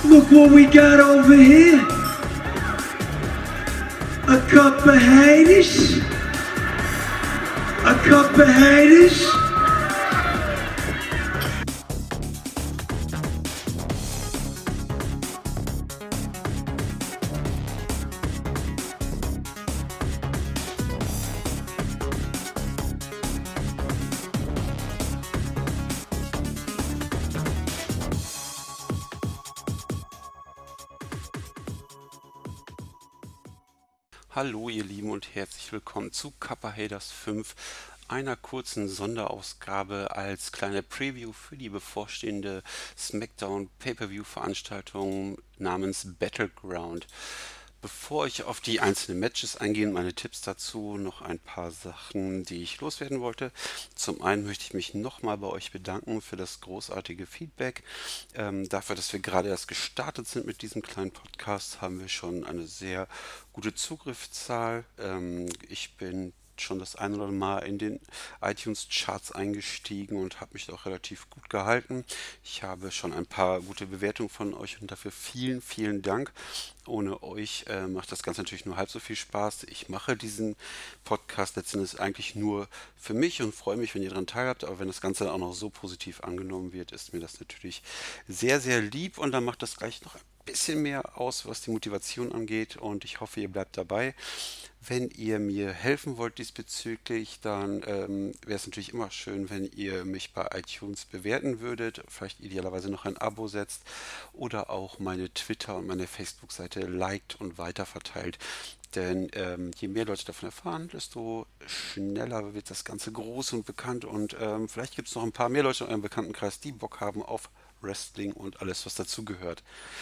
Look what we got over here. A couple haters. A couple haters. Hallo ihr Lieben und herzlich willkommen zu Kappa Haters 5, einer kurzen Sonderausgabe als kleine Preview für die bevorstehende SmackDown Pay-Per-View-Veranstaltung namens Battleground. Bevor ich auf die einzelnen Matches eingehe und meine Tipps dazu, noch ein paar Sachen, die ich loswerden wollte. Zum einen möchte ich mich nochmal bei euch bedanken für das großartige Feedback. Dafür, dass wir gerade erst gestartet sind mit diesem kleinen Podcast, haben wir schon eine sehr gute Zugriffszahl. Ich bin schon das ein oder andere Mal in den iTunes-Charts eingestiegen und habe mich da auch relativ gut gehalten. Ich habe schon ein paar gute Bewertungen von euch und dafür vielen, vielen Dank. Ohne euch macht das Ganze natürlich nur halb so viel Spaß. Ich mache diesen Podcast letztendlich eigentlich nur für mich und freue mich, wenn ihr daran teilhabt. Aber wenn das Ganze dann auch noch so positiv angenommen wird, ist mir das natürlich sehr, sehr lieb. Und dann macht das gleich noch ein bisschen mehr aus, was die Motivation angeht. Und ich hoffe, ihr bleibt dabei. Wenn ihr mir helfen wollt diesbezüglich, dann wäre es natürlich immer schön, wenn ihr mich bei iTunes bewerten würdet, vielleicht idealerweise noch ein Abo setzt oder auch meine Twitter- und meine Facebook-Seite liked und weiterverteilt. Denn je mehr Leute davon erfahren, desto schneller wird das Ganze groß und bekannt und vielleicht gibt es noch ein paar mehr Leute in eurem Bekanntenkreis, die Bock haben auf Wrestling und alles, was dazugehört.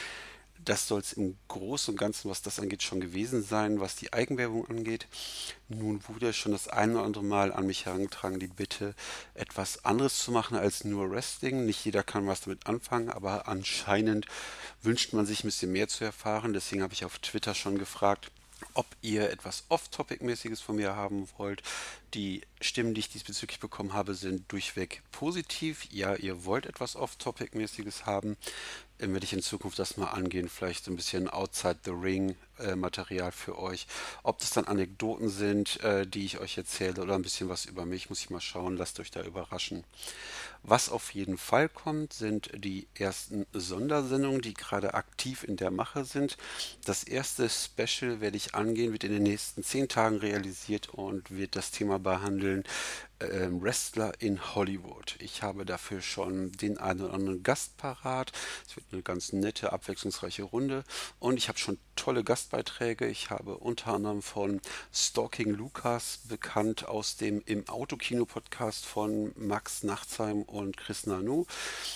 Das soll es im Großen und Ganzen, was das angeht, schon gewesen sein, was die Eigenwerbung angeht. Nun wurde schon das ein oder andere Mal an mich herangetragen, die Bitte, etwas anderes zu machen als nur Wrestling. Nicht jeder kann was damit anfangen, aber anscheinend wünscht man sich ein bisschen mehr zu erfahren. Deswegen habe ich auf Twitter schon gefragt, ob ihr etwas Off-Topic-mäßiges von mir haben wollt. Die Stimmen, die ich diesbezüglich bekommen habe, sind durchweg positiv. Ja, ihr wollt etwas Off-Topic-mäßiges haben. Werde ich in Zukunft das mal angehen, vielleicht so ein bisschen Outside the Ring Material für euch. Ob das dann Anekdoten sind, die ich euch erzähle oder ein bisschen was über mich, muss ich mal schauen, lasst euch da überraschen. Was auf jeden Fall kommt, sind die ersten Sondersendungen, die gerade aktiv in der Mache sind. Das erste Special werde ich angehen, wird in den nächsten 10 Tagen realisiert und wird das Thema behandeln, Wrestler in Hollywood. Ich habe dafür schon den einen oder anderen Gast parat. Es wird eine ganz nette, abwechslungsreiche Runde und ich habe schon tolle Gastbeiträge. Ich habe unter anderem von Stalking Lukas, bekannt aus dem Im Autokino-Podcast von Max Nachtsheim und Chris Nanu.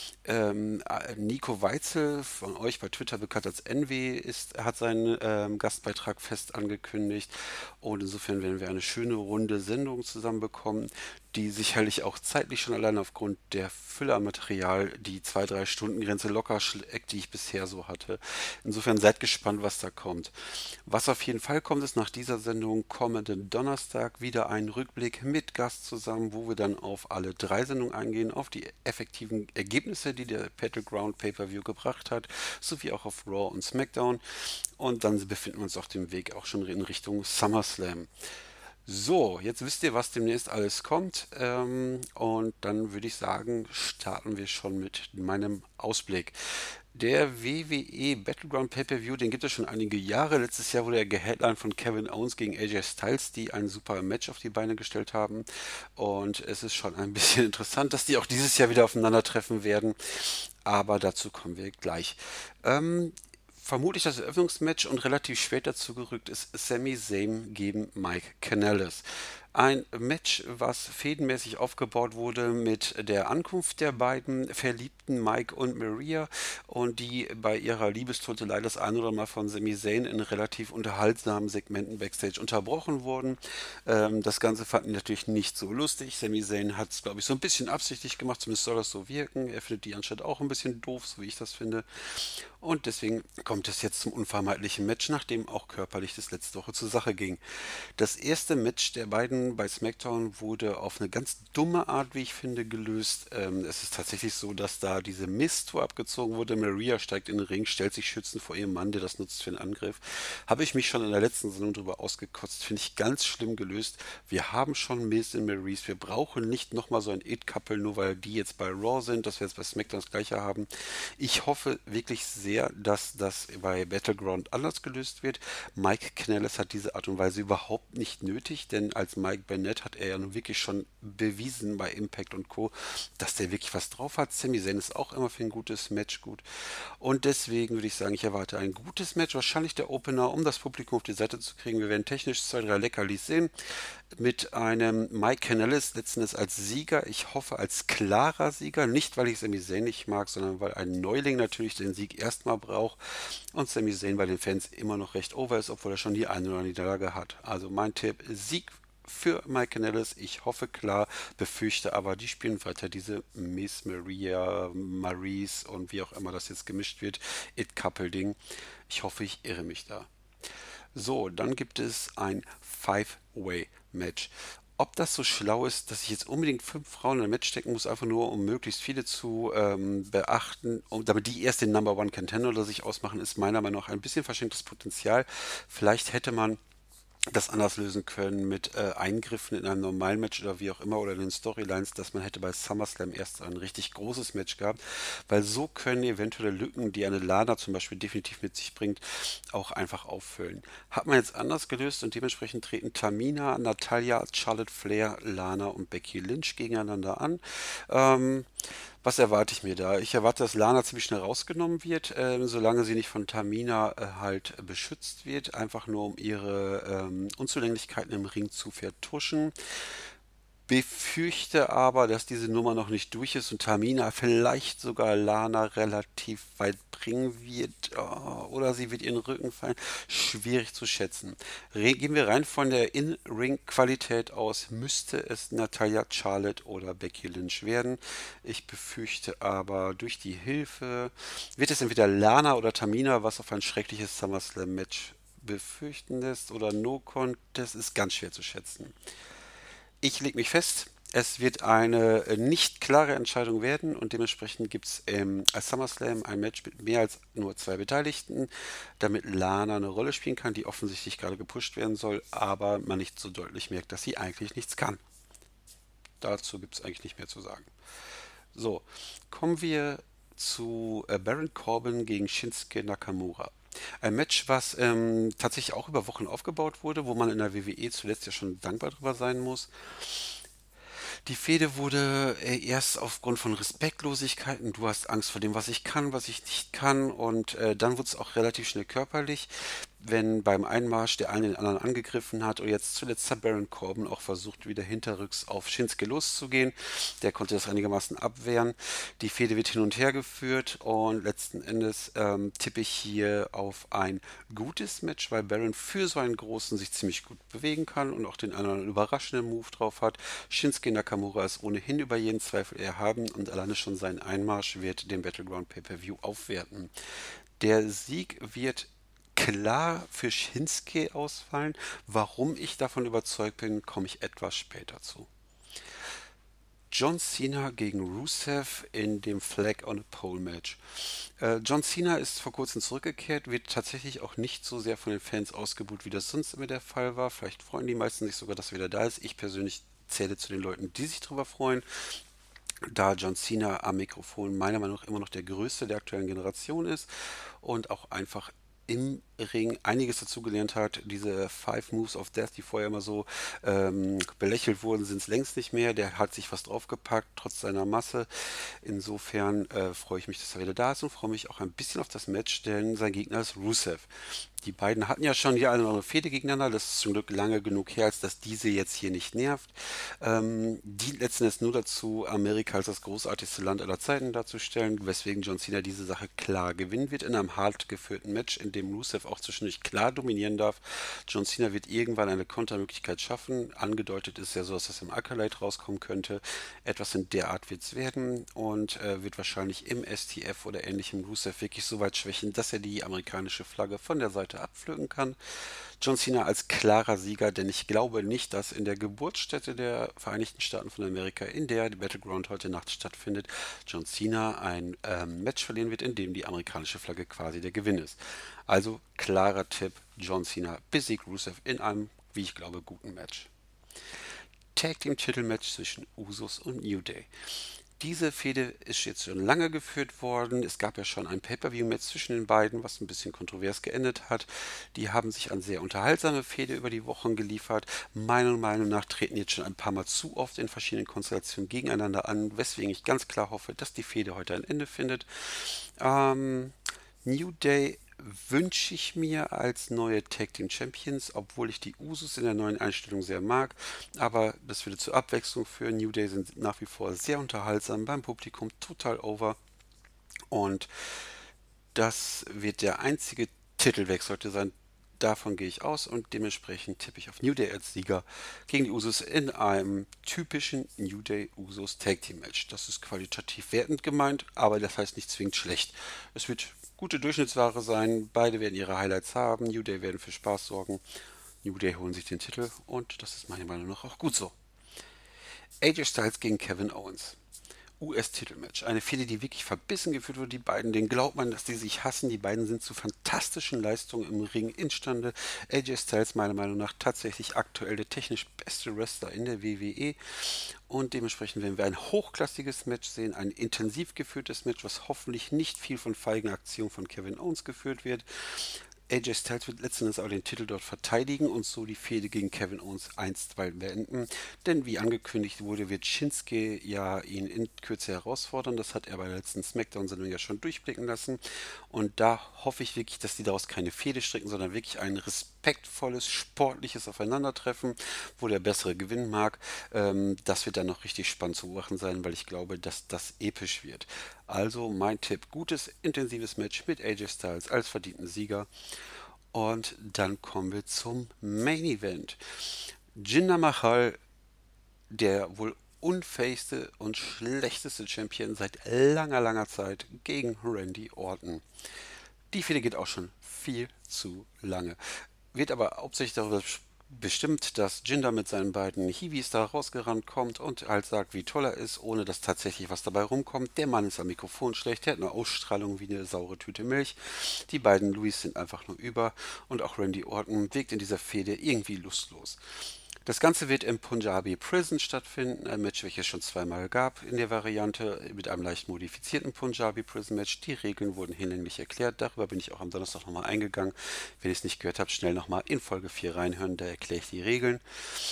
Nico Weitzel, von euch bei Twitter bekannt als NW, hat seinen Gastbeitrag fest angekündigt. Und insofern werden wir eine schöne runde Sendung zusammenbekommen, die sicherlich auch zeitlich schon allein aufgrund der Fülle an Material die 2-3 Stunden Grenze locker schlägt, die ich bisher so hatte. Insofern seid gespannt, was da kommt. Was auf jeden Fall kommt, ist nach dieser Sendung kommenden Donnerstag wieder ein Rückblick mit Gast zusammen, wo wir dann auf alle 3 Sendungen eingehen, auf die effektiven Ergebnisse, die der Battleground Pay-Per-View gebracht hat, sowie auch auf Raw und SmackDown. Und dann befinden wir uns auf dem Weg auch schon in Richtung SummerSlam. So, jetzt wisst ihr, was demnächst alles kommt. Und dann würde ich sagen, starten wir schon mit meinem Ausblick. Der WWE Battleground Pay-Per-View, den gibt es schon einige Jahre. Letztes Jahr wurde er geheadlined von Kevin Owens gegen AJ Styles, die ein super Match auf die Beine gestellt haben. Und es ist schon ein bisschen interessant, dass die auch dieses Jahr wieder aufeinandertreffen werden. Aber dazu kommen wir gleich. Vermutlich das Eröffnungsmatch und relativ spät dazu gerückt ist Sami Zayn gegen Mike Kanellis. Ein Match, was fädenmäßig aufgebaut wurde mit der Ankunft der beiden Verliebten Mike und Maria und die bei ihrer Liebestotelei das ein oder mal von Sami Zayn in relativ unterhaltsamen Segmenten Backstage unterbrochen wurden. Das Ganze fanden die natürlich nicht so lustig. Sami Zayn hat es, glaube ich, so ein bisschen absichtlich gemacht, zumindest soll das so wirken. Er findet die anscheinend auch ein bisschen doof, so wie ich das finde. Und deswegen kommt es jetzt zum unvermeidlichen Match, nachdem auch körperlich das letzte Woche zur Sache ging. Das erste Match der beiden Button bei SmackDown wurde auf eine ganz dumme Art, wie ich finde, gelöst. Es ist tatsächlich so, dass da diese Mist-Tour abgezogen wurde. Maria steigt in den Ring, stellt sich schützend vor ihrem Mann, der das nutzt für den Angriff. Habe ich mich schon in der letzten Sendung drüber ausgekotzt. Finde ich ganz schlimm gelöst. Wir haben schon Miz und Maryse. Wir brauchen nicht nochmal so ein It-Couple, nur weil die jetzt bei Raw sind, dass wir jetzt bei SmackDown das gleiche haben. Ich hoffe wirklich sehr, dass das bei Battleground anders gelöst wird. Mike Kanellis hat diese Art und Weise überhaupt nicht nötig, denn als Mike Bennett hat er ja nun wirklich schon bewiesen bei Impact und Co., dass der wirklich was drauf hat. Sami Zayn ist auch immer für ein gutes Match gut. Und deswegen würde ich sagen, ich erwarte ein gutes Match, wahrscheinlich der Opener, um das Publikum auf die Seite zu kriegen. Wir werden technisch zwei, drei Leckerlis sehen. Mit einem Mike Kanellis letzten Endes als Sieger. Ich hoffe als klarer Sieger. Nicht, weil ich Sami Zayn nicht mag, sondern weil ein Neuling natürlich den Sieg erstmal braucht. Und Sami Zayn bei den Fans immer noch recht over ist, obwohl er schon die eine oder andere Niederlage hat. Also mein Tipp, Sieg für Mike Kanellis. Ich hoffe klar, befürchte aber, die spielen weiter diese Miss Maria, Maryse und wie auch immer das jetzt gemischt wird, It-Couple-Ding. Ich hoffe, ich irre mich da. So, dann gibt es ein Five-Way-Match. Ob das so schlau ist, dass ich jetzt unbedingt 5 Frauen in ein Match stecken muss, einfach nur um möglichst viele zu beachten, damit die erst den Number One Contender oder sich ausmachen, ist meiner Meinung nach ein bisschen verschenktes Potenzial. Vielleicht hätte man das anders lösen können mit Eingriffen in einem normalen Match oder wie auch immer oder in den Storylines, dass man hätte bei SummerSlam erst ein richtig großes Match gehabt, weil so können eventuelle Lücken, die eine Lana zum Beispiel definitiv mit sich bringt, auch einfach auffüllen. Hat man jetzt anders gelöst und dementsprechend treten Tamina, Natalya, Charlotte Flair, Lana und Becky Lynch gegeneinander an. Was erwarte ich mir da? Ich erwarte, dass Lana ziemlich schnell rausgenommen wird, solange sie nicht von Tamina halt beschützt wird, einfach nur um ihre Unzulänglichkeiten im Ring zu vertuschen. Befürchte aber, dass diese Nummer noch nicht durch ist und Tamina vielleicht sogar Lana relativ weit bringen wird. Oder sie wird ihren Rücken fallen. Schwierig zu schätzen. Gehen wir rein von der In-Ring-Qualität aus, müsste es Natalya, Charlotte oder Becky Lynch werden. Ich befürchte aber, durch die Hilfe wird es entweder Lana oder Tamina, was auf ein schreckliches SummerSlam-Match befürchten lässt, oder No Contest, ist ganz schwer zu schätzen. Ich lege mich fest, es wird eine nicht klare Entscheidung werden und dementsprechend gibt es als SummerSlam ein Match mit mehr als nur 2 Beteiligten, damit Lana eine Rolle spielen kann, die offensichtlich gerade gepusht werden soll, aber man nicht so deutlich merkt, dass sie eigentlich nichts kann. Dazu gibt es eigentlich nicht mehr zu sagen. So, kommen wir zu Baron Corbin gegen Shinsuke Nakamura. Ein Match, was tatsächlich auch über Wochen aufgebaut wurde, wo man in der WWE zuletzt ja schon dankbar drüber sein muss. Die Fehde wurde erst aufgrund von Respektlosigkeiten, du hast Angst vor dem, was ich kann, was ich nicht kann, und dann wurde es auch relativ schnell körperlich, wenn beim Einmarsch der eine den anderen angegriffen hat, und jetzt zuletzt hat Baron Corbin auch versucht, wieder hinterrücks auf Shinsuke loszugehen. Der konnte das einigermaßen abwehren. Die Fehde wird hin und her geführt und letzten Endes tippe ich hier auf ein gutes Match, weil Baron für so einen Großen sich ziemlich gut bewegen kann und auch den anderen überraschenden Move drauf hat. Shinsuke Nakamura ist ohnehin über jeden Zweifel erhaben und alleine schon sein Einmarsch wird den Battleground Pay-Per-View aufwerten. Der Sieg wird klar für Shinsuke ausfallen. Warum ich davon überzeugt bin, komme ich etwas später zu. John Cena gegen Rusev in dem Flag on a Pole Match. John Cena ist vor kurzem zurückgekehrt, wird tatsächlich auch nicht so sehr von den Fans ausgebuht, wie das sonst immer der Fall war. Vielleicht freuen die meisten sich sogar, dass er wieder da ist. Ich persönlich zähle zu den Leuten, die sich darüber freuen, da John Cena am Mikrofon meiner Meinung nach immer noch der größte der aktuellen Generation ist und auch einfach im Ring einiges dazugelernt hat. Diese Five Moves of Death, die vorher immer so belächelt wurden, sind es längst nicht mehr. Der hat sich was draufgepackt, trotz seiner Masse. Insofern freue ich mich, dass er wieder da ist und freue mich auch ein bisschen auf das Match, denn sein Gegner ist Rusev. Die beiden hatten ja schon die eine oder andere Fehde gegeneinander. Das ist zum Glück lange genug her, als dass diese jetzt hier nicht nervt. Die letzten Endes nur dazu, Amerika als das großartigste Land aller Zeiten darzustellen, weswegen John Cena diese Sache klar gewinnen wird in einem hart geführten Match, in dem Rusev auch zwischendurch klar dominieren darf. John Cena wird irgendwann eine Kontermöglichkeit schaffen. Angedeutet ist ja so, dass das im Acolyte rauskommen könnte. Etwas in der Art wird es werden und wird wahrscheinlich im STF oder ähnlichem Rusev wirklich so weit schwächen, dass er die amerikanische Flagge von der Seite heute abpflücken kann. John Cena als klarer Sieger, denn ich glaube nicht, dass in der Geburtsstätte der Vereinigten Staaten von Amerika, in der die Battleground heute Nacht stattfindet, John Cena ein Match verlieren wird, in dem die amerikanische Flagge quasi der Gewinn ist. Also klarer Tipp, John Cena besiegt Rusev in einem, wie ich glaube, guten Match. Tag Team Titelmatch zwischen Usos und New Day. Diese Fehde ist jetzt schon lange geführt worden. Es gab ja schon ein Pay-Per-View-Match zwischen den beiden, was ein bisschen kontrovers geendet hat. Die haben sich an sehr unterhaltsame Fehde über die Wochen geliefert. Meiner Meinung nach treten jetzt schon ein paar Mal zu oft in verschiedenen Konstellationen gegeneinander an, weswegen ich ganz klar hoffe, dass die Fehde heute ein Ende findet. New Day wünsche ich mir als neue Tag Team Champions, obwohl ich die Usos in der neuen Einstellung sehr mag. Aber das würde zur Abwechslung führen. New Day sind nach wie vor sehr unterhaltsam, beim Publikum total over. Und das wird der einzige Titelwechsel heute sein. Davon gehe ich aus und dementsprechend tippe ich auf New Day als Sieger gegen die Usos in einem typischen New Day Usos Tag Team Match. Das ist qualitativ wertend gemeint, aber das heißt nicht zwingend schlecht. Es wird gute Durchschnittsware sein, beide werden ihre Highlights haben, New Day werden für Spaß sorgen, New Day holen sich den Titel und das ist meiner Meinung nach auch gut so. AJ Styles gegen Kevin Owens. US-Titelmatch. Eine Fehde, die wirklich verbissen geführt wurde. Die beiden, denen glaubt man, dass die sich hassen. Die beiden sind zu fantastischen Leistungen im Ring imstande. AJ Styles meiner Meinung nach tatsächlich aktuell der technisch beste Wrestler in der WWE. Und dementsprechend werden wir ein hochklassiges Match sehen, ein intensiv geführtes Match, was hoffentlich nicht viel von feigen Aktionen von Kevin Owens geführt wird. AJ Styles wird letzten Endes auch den Titel dort verteidigen und so die Fehde gegen Kevin Owens einstweilen beenden. Denn wie angekündigt wurde, wird Shinsuke ja ihn in Kürze herausfordern. Das hat er bei der letzten Smackdown-Sendung ja schon durchblicken lassen. Und da hoffe ich wirklich, dass die daraus keine Fehde stricken, sondern wirklich ein respektvolles, sportliches Aufeinandertreffen, wo der Bessere gewinnen mag. Das wird dann noch richtig spannend zu beobachten sein, weil ich glaube, dass das episch wird. Also mein Tipp, gutes, intensives Match mit AJ Styles als verdienten Sieger. Und dann kommen wir zum Main Event. Jinder Mahal, der wohl unfähigste und schlechteste Champion seit langer, langer Zeit gegen Randy Orton. Die Fehde geht auch schon viel zu lange. Wird aber hauptsächlich darüber bestimmt, dass Jinder mit seinen beiden Hiwis da rausgerannt kommt und halt sagt, wie toll er ist, ohne dass tatsächlich was dabei rumkommt. Der Mann ist am Mikrofon schlecht, der hat eine Ausstrahlung wie eine saure Tüte Milch. Die beiden Louis sind einfach nur über und auch Randy Orton wirkt in dieser Fehde irgendwie lustlos. Das Ganze wird im Punjabi Prison stattfinden, ein Match, welches es schon zweimal gab in der Variante mit einem leicht modifizierten Punjabi Prison Match. Die Regeln wurden hinlänglich erklärt, darüber bin ich auch am Donnerstag nochmal eingegangen. Wenn ihr es nicht gehört habt, schnell nochmal in Folge 4 reinhören, da erkläre ich die Regeln.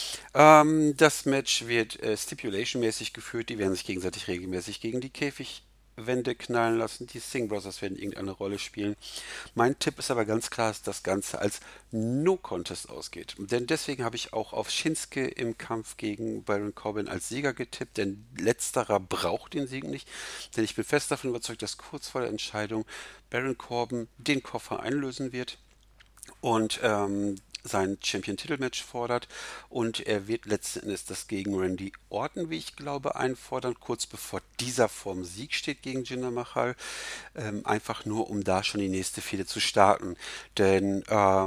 Das Match wird stipulation-mäßig geführt, die werden sich gegenseitig regelmäßig gegen die Käfigwände knallen lassen. Die Singh Brothers werden irgendeine Rolle spielen. Mein Tipp ist aber ganz klar, dass das Ganze als No-Contest ausgeht. Denn deswegen habe ich auch auf Shinsuke im Kampf gegen Baron Corbin als Sieger getippt, denn letzterer braucht den Sieg nicht. Denn ich bin fest davon überzeugt, dass kurz vor der Entscheidung Baron Corbin den Koffer einlösen wird und sein Champion-Titelmatch fordert und er wird letzten Endes das gegen Randy Orton, wie ich glaube, einfordern, kurz bevor dieser vorm Sieg steht gegen Jinder Mahal, einfach nur, um da schon die nächste Fehde zu starten, denn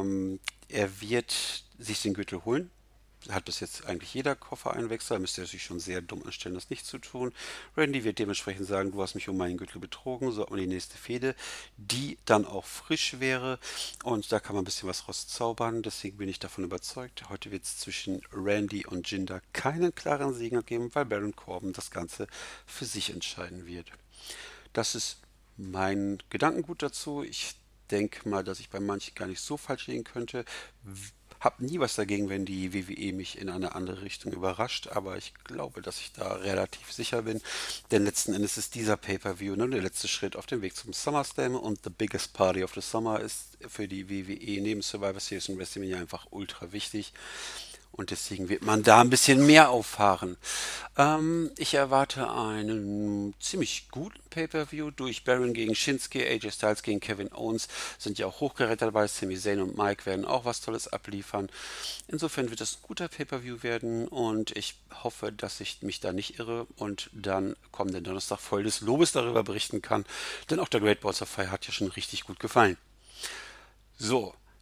er wird sich den Gürtel holen. Hat bis jetzt eigentlich jeder Koffereinwechsler, müsste er sich schon sehr dumm anstellen, das nicht zu tun. Randy wird dementsprechend sagen, du hast mich um meinen Gürtel betrogen, so hat man die nächste Fehde, die dann auch frisch wäre und da kann man ein bisschen was rauszaubern, deswegen bin ich davon überzeugt, heute wird es zwischen Randy und Jinder keinen klaren Sieger geben, weil Baron Corbin das Ganze für sich entscheiden wird. Das ist mein Gedankengut dazu. Ich denke mal, dass ich bei manchen gar nicht so falsch liegen könnte. Hab nie was dagegen, wenn die WWE mich in eine andere Richtung überrascht, aber ich glaube, dass ich da relativ sicher bin, denn letzten Endes ist dieser Pay-Per-View nur der letzte Schritt auf dem Weg zum SummerSlam und the biggest party of the summer ist für die WWE neben Survivor Series und WrestleMania einfach ultra wichtig. Und deswegen wird man da ein bisschen mehr auffahren. Ich erwarte einen ziemlich guten Pay-Per-View durch Baron gegen Shinsuke, AJ Styles gegen Kevin Owens sind ja auch Hochkaräter dabei. Sami Zayn und Mike werden auch was Tolles abliefern. Insofern wird es ein guter Pay-Per-View werden und ich hoffe, dass ich mich da nicht irre und dann kommenden Donnerstag voll des Lobes darüber berichten kann. Denn auch der Great Balls of Fire hat ja schon richtig gut gefallen. So,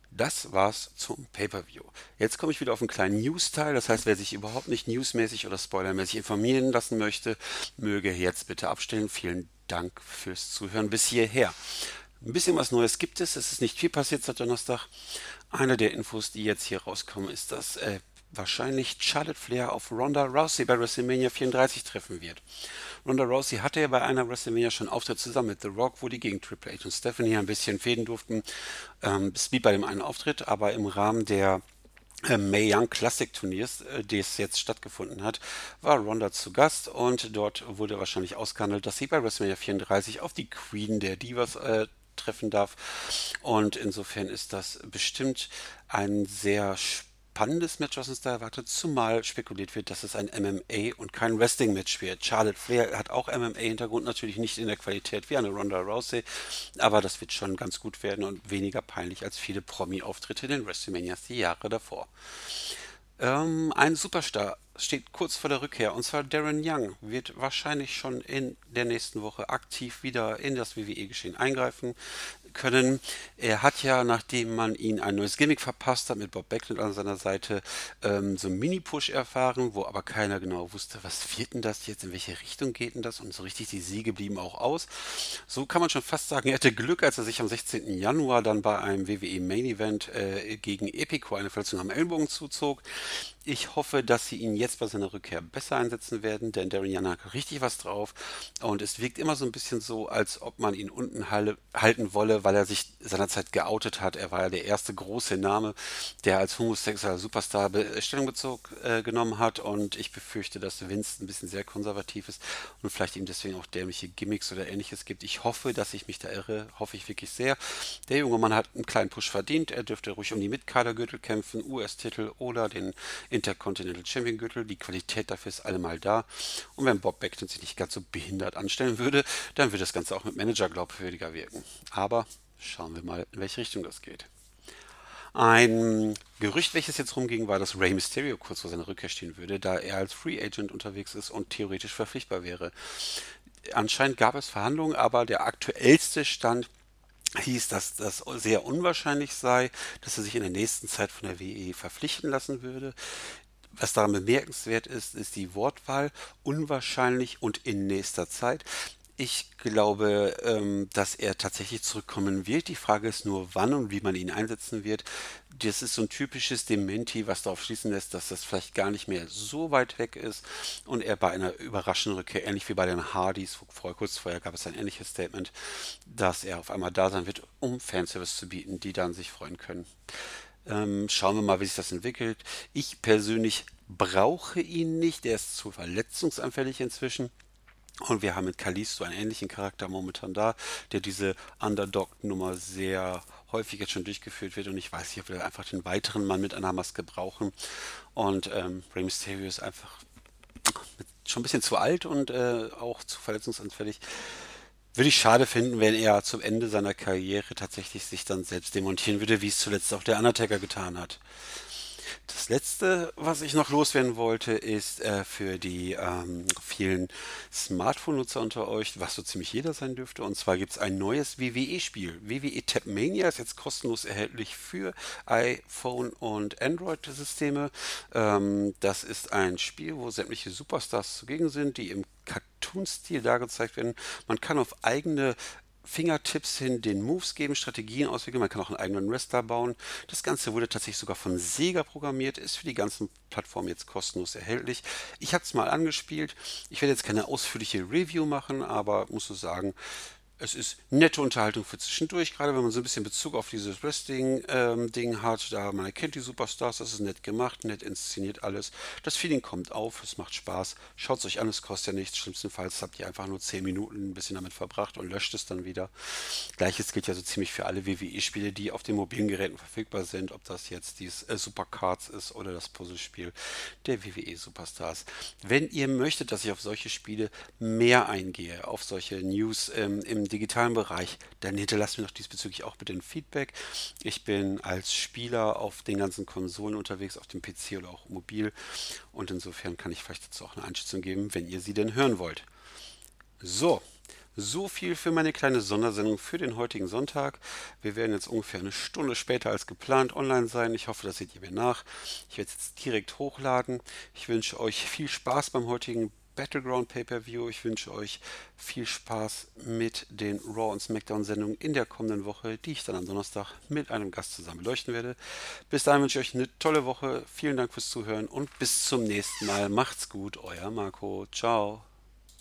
Das war's zum Pay-Per-View. Jetzt komme ich wieder auf einen kleinen News-Teil. Das heißt, wer sich überhaupt nicht newsmäßig oder spoilermäßig informieren lassen möchte, möge jetzt bitte abstellen. Vielen Dank fürs Zuhören bis hierher. Ein bisschen was Neues gibt es. Es ist nicht viel passiert seit Donnerstag. Eine der Infos, die jetzt hier rauskommen, ist, dass wahrscheinlich Charlotte Flair auf Ronda Rousey bei WrestleMania 34 treffen wird. Ronda Rousey hatte ja bei einer WrestleMania schon einen Auftritt zusammen mit The Rock, wo die gegen Triple H und Stephanie ein bisschen fäden durften. Es blieb bei dem einen Auftritt, aber im Rahmen der Mae Young Classic Turniers, das jetzt stattgefunden hat, war Ronda zu Gast und dort wurde wahrscheinlich ausgehandelt, dass sie bei WrestleMania 34 auf die Queen der Divas treffen darf. Und insofern ist das bestimmt ein sehr spannendes Match, was uns da erwartet, zumal spekuliert wird, dass es ein MMA und kein Wrestling-Match wird. Charlotte Flair hat auch MMA-Hintergrund, natürlich nicht in der Qualität wie eine Ronda Rousey, aber das wird schon ganz gut werden und weniger peinlich als viele Promi-Auftritte in den WrestleManias die Jahre davor. Ein Superstar steht kurz vor der Rückkehr, und zwar Darren Young wird wahrscheinlich schon in der nächsten Woche aktiv wieder in das WWE-Geschehen eingreifen können. Er hat ja, nachdem man ihn ein neues Gimmick verpasst hat mit Bob Backlund an seiner Seite, so einen Mini-Push erfahren, wo aber keiner genau wusste, was wird denn das jetzt, in welche Richtung geht denn das, und so richtig die Siege blieben auch aus. So kann man schon fast sagen, er hatte Glück, als er sich am 16. Januar dann bei einem WWE Main Event gegen Epico eine Verletzung am Ellbogen zuzog. Ich hoffe, dass sie ihn jetzt bei seiner Rückkehr besser einsetzen werden, denn Darren Young hat richtig was drauf und es wirkt immer so ein bisschen so, als ob man ihn unten halten wolle, weil er sich seinerzeit geoutet hat. Er war ja der erste große Name, der als homosexueller Superstar Stellung genommen hat, und ich befürchte, dass Vince ein bisschen sehr konservativ ist und vielleicht ihm deswegen auch dämliche Gimmicks oder ähnliches gibt. Ich hoffe, dass ich mich da irre, hoffe ich wirklich sehr. Der junge Mann hat einen kleinen Push verdient, er dürfte ruhig um die Mid-Kader-Gürtel kämpfen, US-Titel oder den Intercontinental Champion Gürtel. Die Qualität dafür ist allemal da. Und wenn Bob Backlund sich nicht ganz so behindert anstellen würde, dann würde das Ganze auch mit Manager glaubwürdiger wirken. Aber schauen wir mal, in welche Richtung das geht. Ein Gerücht, welches jetzt rumging, war, dass Rey Mysterio kurz vor seiner Rückkehr stehen würde, da er als Free Agent unterwegs ist und theoretisch verpflichtbar wäre. Anscheinend gab es Verhandlungen, aber der aktuellste Stand hieß, dass das sehr unwahrscheinlich sei, dass er sich in der nächsten Zeit von der WE verpflichten lassen würde. Was daran bemerkenswert ist, ist die Wortwahl unwahrscheinlich und in nächster Zeit. Ich glaube, dass er tatsächlich zurückkommen wird. Die Frage ist nur, wann und wie man ihn einsetzen wird. Das ist so ein typisches Dementi, was darauf schließen lässt, dass das vielleicht gar nicht mehr so weit weg ist und er bei einer überraschenden Rückkehr, ähnlich wie bei den Hardys, kurz vorher gab es ein ähnliches Statement, dass er auf einmal da sein wird, um Fanservice zu bieten, die dann sich freuen können. Schauen wir mal, wie sich das entwickelt. Ich persönlich brauche ihn nicht, er ist zu verletzungsanfällig inzwischen. Und wir haben mit Kalisto einen ähnlichen Charakter momentan da, der diese Underdog-Nummer sehr häufig jetzt schon durchgeführt wird. Und ich weiß nicht, ob wir einfach den weiteren Mann mit einer Maske brauchen. Und Rey Mysterio ist einfach schon ein bisschen zu alt und auch zu verletzungsanfällig. Würde ich schade finden, wenn er zum Ende seiner Karriere tatsächlich sich dann selbst demontieren würde, wie es zuletzt auch der Undertaker getan hat. Das letzte, was ich noch loswerden wollte, ist für die vielen Smartphone-Nutzer unter euch, was so ziemlich jeder sein dürfte. Und zwar gibt es ein neues WWE-Spiel. WWE Tapmania ist jetzt kostenlos erhältlich für iPhone und Android-Systeme. Das ist ein Spiel, wo sämtliche Superstars zugegen sind, die im Cartoon-Stil dargezeigt werden. Man kann auf eigene Fingertips hin den Moves geben, Strategien auswählen, man kann auch einen eigenen Wrestler bauen. Das Ganze wurde tatsächlich sogar von Sega programmiert, ist für die ganzen Plattformen jetzt kostenlos erhältlich. Ich habe es mal angespielt. Ich werde jetzt keine ausführliche Review machen, aber muss so sagen, es ist nette Unterhaltung für zwischendurch, gerade wenn man so ein bisschen Bezug auf dieses Wrestling-Ding hat. Da man erkennt die Superstars, das ist nett gemacht, nett inszeniert alles. Das Feeling kommt auf, es macht Spaß. Schaut es euch an, es kostet ja nichts. Schlimmstenfalls habt ihr einfach nur 10 Minuten ein bisschen damit verbracht und löscht es dann wieder. Gleiches gilt ja so ziemlich für alle WWE-Spiele, die auf den mobilen Geräten verfügbar sind. Ob das jetzt dieses Supercards ist oder das Puzzlespiel der WWE Superstars. Wenn ihr möchtet, dass ich auf solche Spiele mehr eingehe, auf solche News im digitalen Bereich, dann hinterlasst mir doch diesbezüglich auch bitte ein Feedback. Ich bin als Spieler auf den ganzen Konsolen unterwegs, auf dem PC oder auch mobil, und insofern kann ich vielleicht dazu auch eine Einschätzung geben, wenn ihr sie denn hören wollt. So, So viel für meine kleine Sondersendung für den heutigen Sonntag. Wir werden jetzt ungefähr eine Stunde später als geplant online sein. Ich hoffe, das seht ihr mir nach. Ich werde es jetzt direkt hochladen. Ich wünsche euch viel Spaß beim heutigen Battleground Pay-Per-View. Ich wünsche euch viel Spaß mit den Raw und SmackDown Sendungen in der kommenden Woche, die ich dann am Donnerstag mit einem Gast zusammen beleuchten werde. Bis dahin wünsche ich euch eine tolle Woche. Vielen Dank fürs Zuhören und bis zum nächsten Mal. Macht's gut, euer Marco. Ciao.